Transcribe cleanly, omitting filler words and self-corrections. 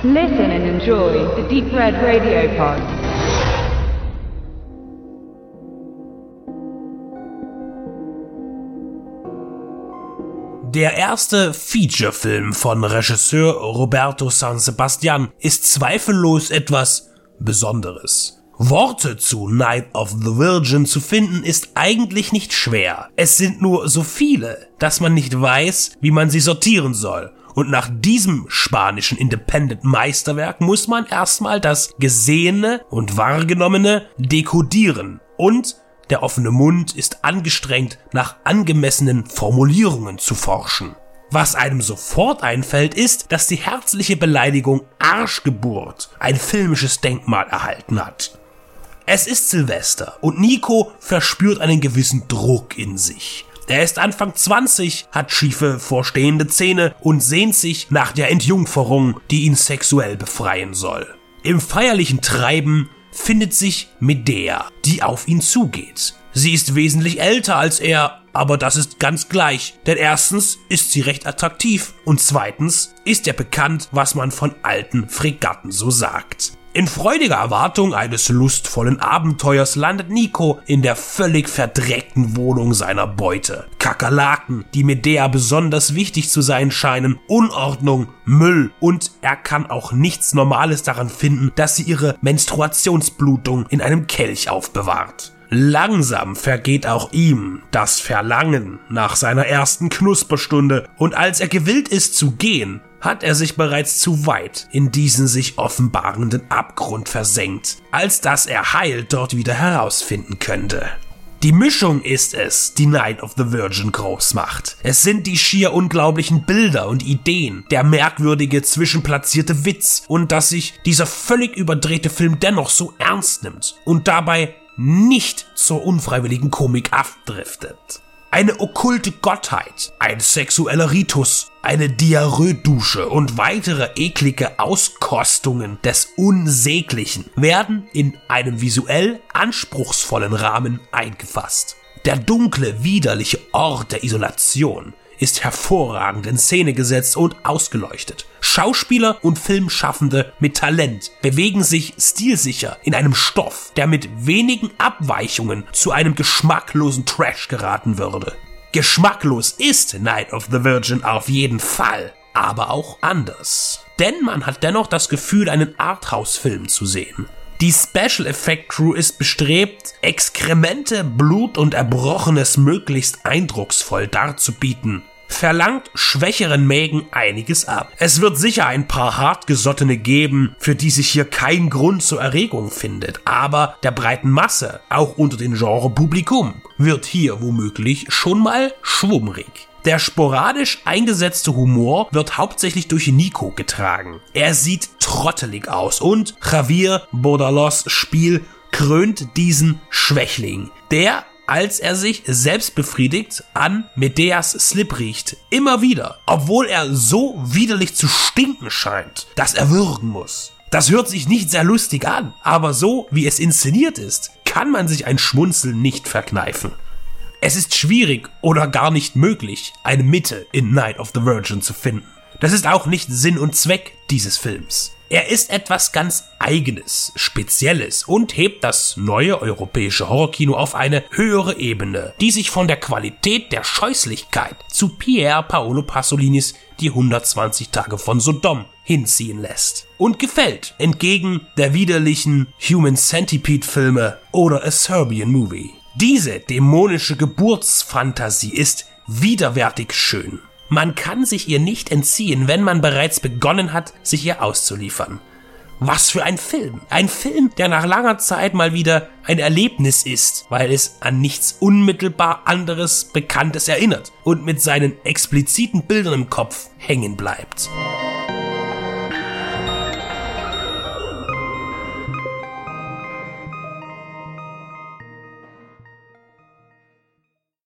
Listen and enjoy the Deep Red Radio Pod. Der erste Featurefilm von Regisseur Roberto San Sebastian ist zweifellos etwas Besonderes. Worte zu Night of the Virgin zu finden ist eigentlich nicht schwer. Es sind nur so viele, dass man nicht weiß, wie man sie sortieren soll. Und nach diesem spanischen Independent-Meisterwerk muss man erstmal das Gesehene und Wahrgenommene dekodieren. Und der offene Mund ist angestrengt, nach angemessenen Formulierungen zu forschen. Was einem sofort einfällt, ist, dass die herzliche Beleidigung Arschgeburt ein filmisches Denkmal erhalten hat. Es ist Silvester und Nico verspürt einen gewissen Druck in sich. Er ist Anfang 20, hat schiefe, vorstehende Zähne und sehnt sich nach der Entjungferung, die ihn sexuell befreien soll. Im feierlichen Treiben findet sich Medea, die auf ihn zugeht. Sie ist wesentlich älter als er, aber das ist ganz gleich, denn erstens ist sie recht attraktiv und zweitens ist ihr bekannt, was man von alten Fregatten so sagt. In freudiger Erwartung eines lustvollen Abenteuers landet Nico in der völlig verdreckten Wohnung seiner Beute. Kakerlaken, die Medea besonders wichtig zu sein scheinen, Unordnung, Müll und er kann auch nichts Normales daran finden, dass sie ihre Menstruationsblutung in einem Kelch aufbewahrt. Langsam vergeht auch ihm das Verlangen nach seiner ersten Knusperstunde und als er gewillt ist zu gehen, hat er sich bereits zu weit in diesen sich offenbarenden Abgrund versenkt, als dass er heil dort wieder herausfinden könnte. Die Mischung ist es, die Night of the Virgin groß macht. Es sind die schier unglaublichen Bilder und Ideen, der merkwürdige zwischenplatzierte Witz und dass sich dieser völlig überdrehte Film dennoch so ernst nimmt und dabei nicht zur unfreiwilligen Komik abdriftet. Eine okkulte Gottheit, ein sexueller Ritus, eine Diarrhoe-Dusche und weitere eklige Auskostungen des Unsäglichen werden in einem visuell anspruchsvollen Rahmen eingefasst. Der dunkle, widerliche Ort der Isolation ist hervorragend in Szene gesetzt und ausgeleuchtet. Schauspieler und Filmschaffende mit Talent bewegen sich stilsicher in einem Stoff, der mit wenigen Abweichungen zu einem geschmacklosen Trash geraten würde. Geschmacklos ist Night of the Virgin auf jeden Fall, aber auch anders. Denn man hat dennoch das Gefühl, einen Arthouse-Film zu sehen. Die Special Effect Crew ist bestrebt, Exkremente, Blut und Erbrochenes möglichst eindrucksvoll darzubieten. Verlangt schwächeren Mägen einiges ab. Es wird sicher ein paar Hartgesottene geben, für die sich hier kein Grund zur Erregung findet, aber der breiten Masse, auch unter dem Genre-Publikum, wird hier womöglich schon mal schwummrig. Der sporadisch eingesetzte Humor wird hauptsächlich durch Nico getragen. Er sieht trottelig aus und Javier Bordalos Spiel krönt diesen Schwächling, der, als er sich selbst befriedigt, an Medeas Slip riecht. Immer wieder. Obwohl er so widerlich zu stinken scheint, dass er würgen muss. Das hört sich nicht sehr lustig an, aber so wie es inszeniert ist, kann man sich ein Schmunzeln nicht verkneifen. Es ist schwierig oder gar nicht möglich, eine Mitte in Night of the Virgin zu finden. Das ist auch nicht Sinn und Zweck dieses Films. Er ist etwas ganz Eigenes, Spezielles und hebt das neue europäische Horrorkino auf eine höhere Ebene, die sich von der Qualität der Scheußlichkeit zu Pier Paolo Pasolinis Die 120 Tage von Sodom hinziehen lässt. Und gefällt, entgegen der widerlichen Human Centipede Filme oder A Serbian Movie. Diese dämonische Geburtsfantasie ist widerwärtig schön. Man kann sich ihr nicht entziehen, wenn man bereits begonnen hat, sich ihr auszuliefern. Was für ein Film! Ein Film, der nach langer Zeit mal wieder ein Erlebnis ist, weil es an nichts unmittelbar anderes Bekanntes erinnert und mit seinen expliziten Bildern im Kopf hängen bleibt.